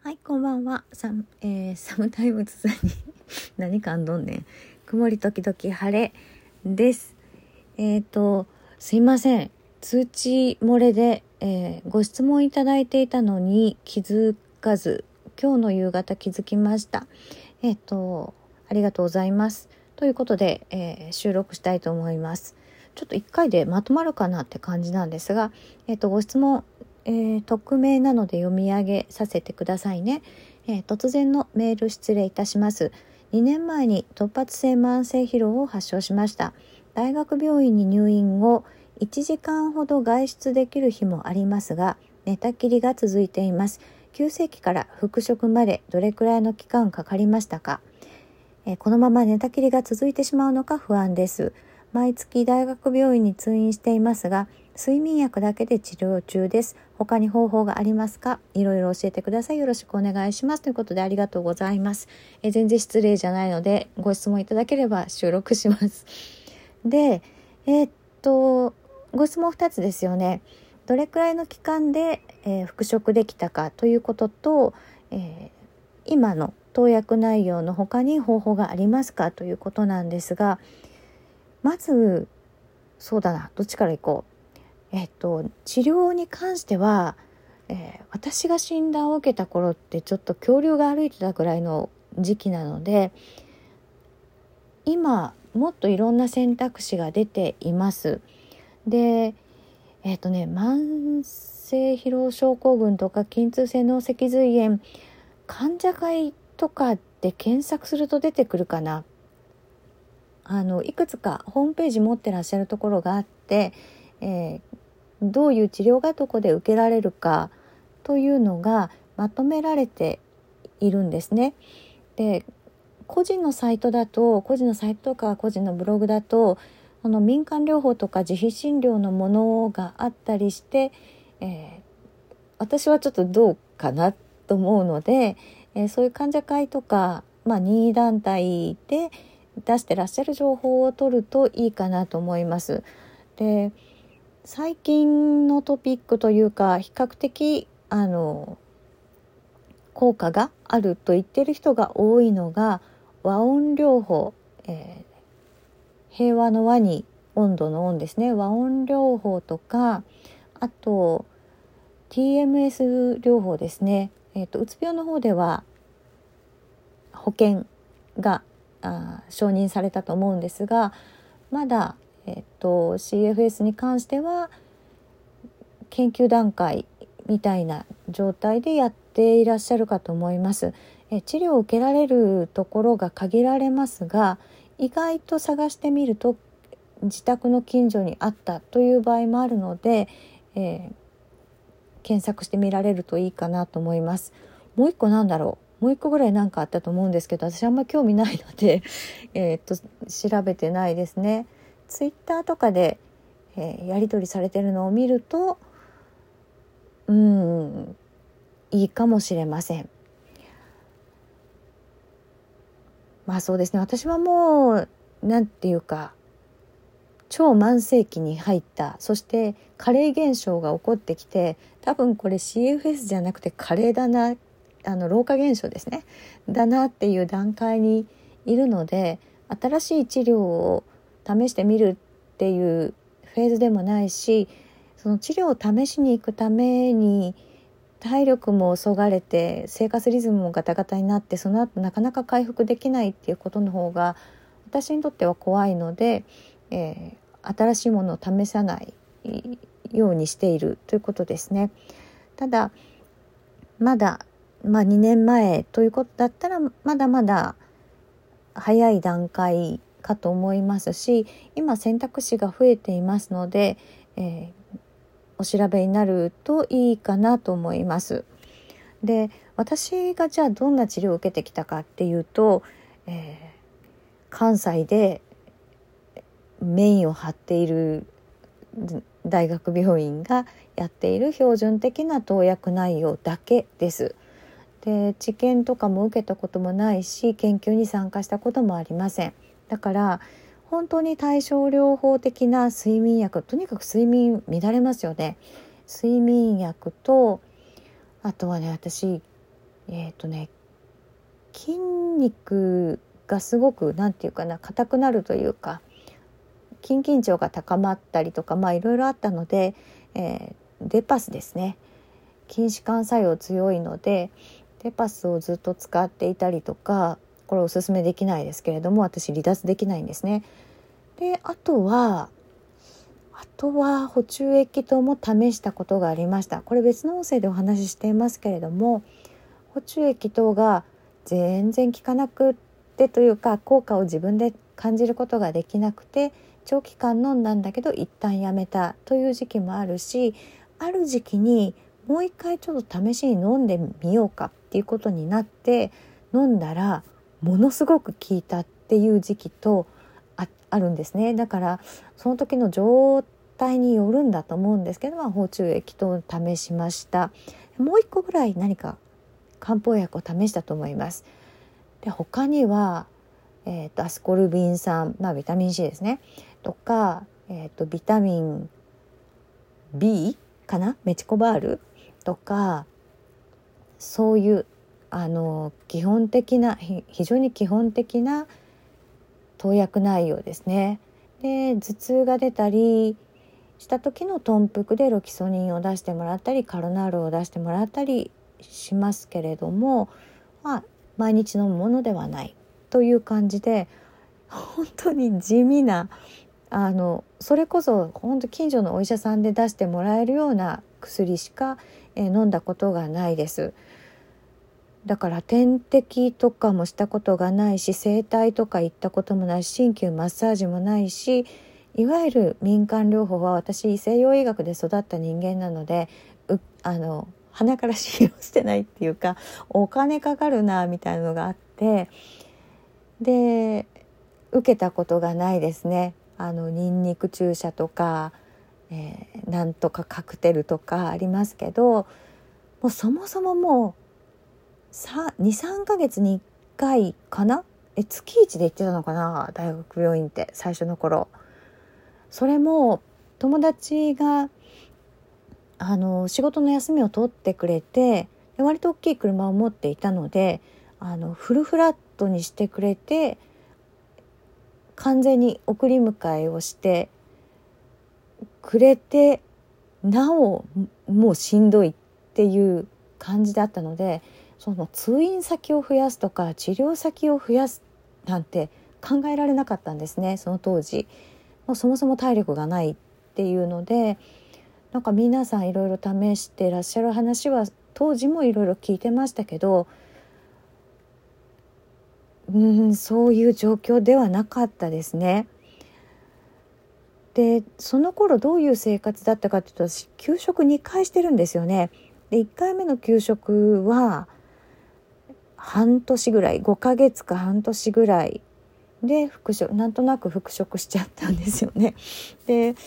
はい、こんばんは。サムタイムズさんに何かんどんねん。曇り時々晴れです。すいません。通知漏れで、ご質問いただいていたのに気づかず、今日の夕方気づきました。ありがとうございます。ということで、収録したいと思います。ちょっと1回でまとまるかなって感じなんですが、ご質問匿名なので読み上げさせてくださいね。突然のメール失礼いたします。2年前に突発性慢性疲労を発症しました。大学病院に入院後、1時間ほど外出できる日もありますが、寝たきりが続いています。急性期から復職までどれくらいの期間かかりましたか？このまま寝たきりが続いてしまうのか不安です。毎月大学病院に通院していますが、睡眠薬だけで治療中です。他に方法がありますか？いろいろ教えてください。よろしくお願いします。ということでありがとうございます。全然失礼じゃないのでご質問いただければ収録します。で、ご質問2つですよね。どれくらいの期間で、復職できたかということと、今の投薬内容の他に方法がありますかということなんですが、まずそうだな、どっちからいこう。治療に関しては、私が診断を受けた頃ってちょっと恐竜が歩いてたぐらいの時期なので、今もっといろんな選択肢が出ています。で、慢性疲労症候群とか筋痛性脳脊髄炎患者会とかで検索すると出てくるかな。いくつかホームページ持ってらっしゃるところがあって、どういう治療がどこで受けられるかというのがまとめられているんですね。で、個人のサイトとか個人のブログだと民間療法とか自費診療のものがあったりして、私はちょっとどうかなと思うので、そういう患者会とか、任意団体で出してらっしゃる情報を取るといいかなと思います。で、最近のトピックというか比較的効果があると言っている人が多いのが和音療法、平和の和に温度の温ですね。和音療法とか、あと TMS 療法ですね。うつ病の方では保険が承認されたと思うんですが、まだ、CFS に関しては研究段階みたいな状態でやっていらっしゃるかと思います。治療を受けられるところが限られますが、意外と探してみると自宅の近所にあったという場合もあるので、検索してみられるといいかなと思います。もう一個ぐらいなんかあったと思うんですけど、私あんま興味ないので調べてないですね。ツイッターとかで、やり取りされてるのを見るといいかもしれません。そうですね、私はもうなんていうか超慢性期に入った、そして加齢現象が起こってきて、多分これ CFS じゃなくて加齢だな、老化現象ですねだなっていう段階にいるので、新しい治療を試してみるっていうフェーズでもないし、その治療を試しに行くために体力もそがれて生活リズムもガタガタになって、その後なかなか回復できないっていうことの方が私にとっては怖いので、新しいものを試さないようにしているということですね。ただまだ、2年前ということだったらまだまだ早い段階かと思いますし、今選択肢が増えていますので、お調べになるといいかなと思います。で、私がじゃあどんな治療を受けてきたかっていうと、関西でメインを張っている大学病院がやっている標準的な投薬内容だけです。で、治験とかも受けたこともないし、研究に参加したこともありません。だから本当に対症療法的な睡眠薬、とにかく睡眠乱れますよね。睡眠薬と、あとはね、私筋肉がすごくなんていうかな、硬くなるというか、筋緊張が高まったりとか、いろいろあったので、デパスですね、筋弛緩作用強いのでデパスをずっと使っていたりとか、これおすすめできないですけれども、私離脱できないんですね。であとは補充液糖も試したことがありました。これ別の音声でお話ししていますけれども、補充液糖が全然効かなくってというか、効果を自分で感じることができなくて、長期間飲んだんだけど一旦やめたという時期もあるし、ある時期にもう一回ちょっと試しに飲んでみようかっていうことになって飲んだらものすごく効いたっていう時期とあるんですね。だからその時の状態によるんだと思うんですけど、補充液と試しました。もう一個ぐらい何か漢方薬を試したと思います。で他には、アスコルビン酸、ビタミン C ですねとか、ビタミン B かな、メチコバールとか、そういう基本的な、非常に基本的な投薬内容ですね。で頭痛が出たりした時の頓服でロキソニンを出してもらったり、カロナールを出してもらったりしますけれども、毎日飲むものではないという感じで、本当に地味なそれこそ本当近所のお医者さんで出してもらえるような薬しか、飲んだことがないです。だから点滴とかもしたことがないし、整体とか行ったこともないし、鍼灸マッサージもないし、いわゆる民間療法は、私西洋医学で育った人間なので鼻から信用してないっていうか、お金かかるなみたいなのがあって、で受けたことがないですね。ニンニク注射とか、なんとかカクテルとかありますけど、もうそもそももう2,3ヶ月に1回かな、月1で行ってたのかな、大学病院って最初の頃。それも友達が仕事の休みを取ってくれて、割と大きい車を持っていたのでフルフラットにしてくれて、完全に送り迎えをしてくれて、なおもうしんどいっていう感じだったので、その通院先を増やすとか治療先を増やすなんて考えられなかったんですね。その当時もうそもそも体力がないっていうので、なんか皆さんいろいろ試してらっしゃる話は当時もいろいろ聞いてましたけど、そういう状況ではなかったですね。でその頃どういう生活だったかというと、私休職2回してるんですよね。で1回目の休職は半年ぐらい、5ヶ月か半年ぐらいでなんとなく復職しちゃったんですよね。で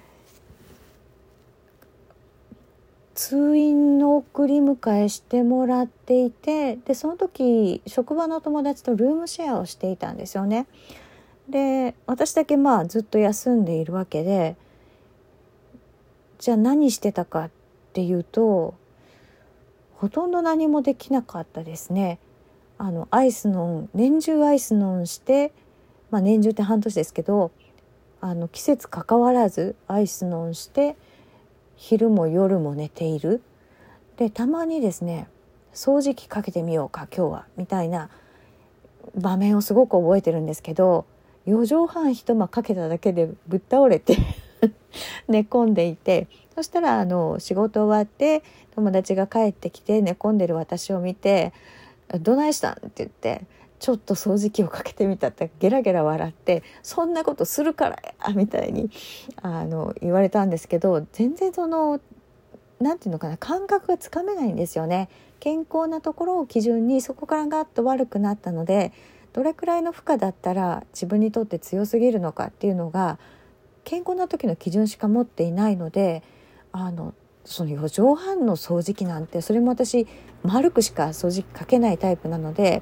通院の送り迎えしてもらっていて、でその時職場の友達とルームシェアをしていたんですよね。で私だけずっと休んでいるわけで、じゃあ何してたかっていうと、ほとんど何もできなかったですね。年中アイスノンして、年中って半年ですけど、季節関わらずアイスノンして昼も夜も寝ている。でたまにですね、掃除機かけてみようか今日はみたいな場面をすごく覚えてるんですけど、4畳半一間かけただけでぶっ倒れて寝込んでいて、そしたら仕事終わって友達が帰ってきて寝込んでる私を見て、どないしたんって言って、ちょっと掃除機をかけてみたってゲラゲラ笑って、そんなことするからやみたいに言われたんですけど、全然なんていうのかな、感覚がつかめないんですよね。健康なところを基準にそこからガッと悪くなったので、どれくらいの負荷だったら自分にとって強すぎるのかっていうのが健康な時の基準しか持っていないので、その4畳半の掃除機なんて、それも私丸くしか掃除機かけないタイプなので、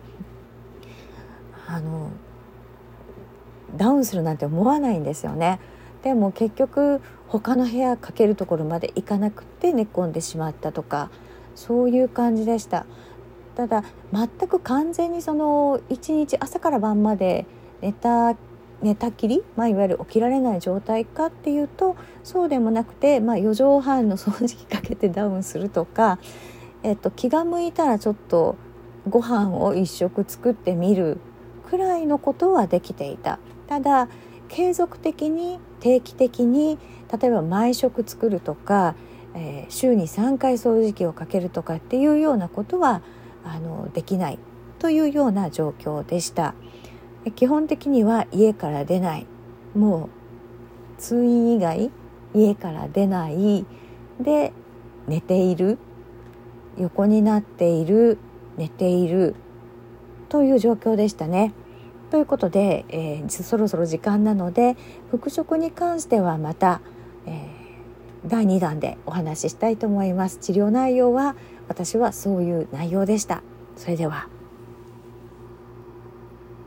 ダウンするなんて思わないんですよね。でも結局他の部屋かけるところまで行かなくて寝込んでしまったとか、そういう感じでした。 ただ全く完全にその一日朝から晩まで寝たきり、いわゆる起きられない状態かっていうとそうでもなくて、4畳半の掃除機かけてダウンするとか、気が向いたらちょっとご飯を一食作ってみるくらいのことはできていた。ただ継続的に定期的に例えば毎食作るとか、週に3回掃除機をかけるとかっていうようなことはできないというような状況でした。基本的には家から出ない、もう通院以外家から出ないで寝ている、横になっている、寝ているという状況でしたね。ということで、そろそろ時間なので復職に関してはまた、第2弾でお話ししたいと思います。治療内容は私はそういう内容でした。それでは。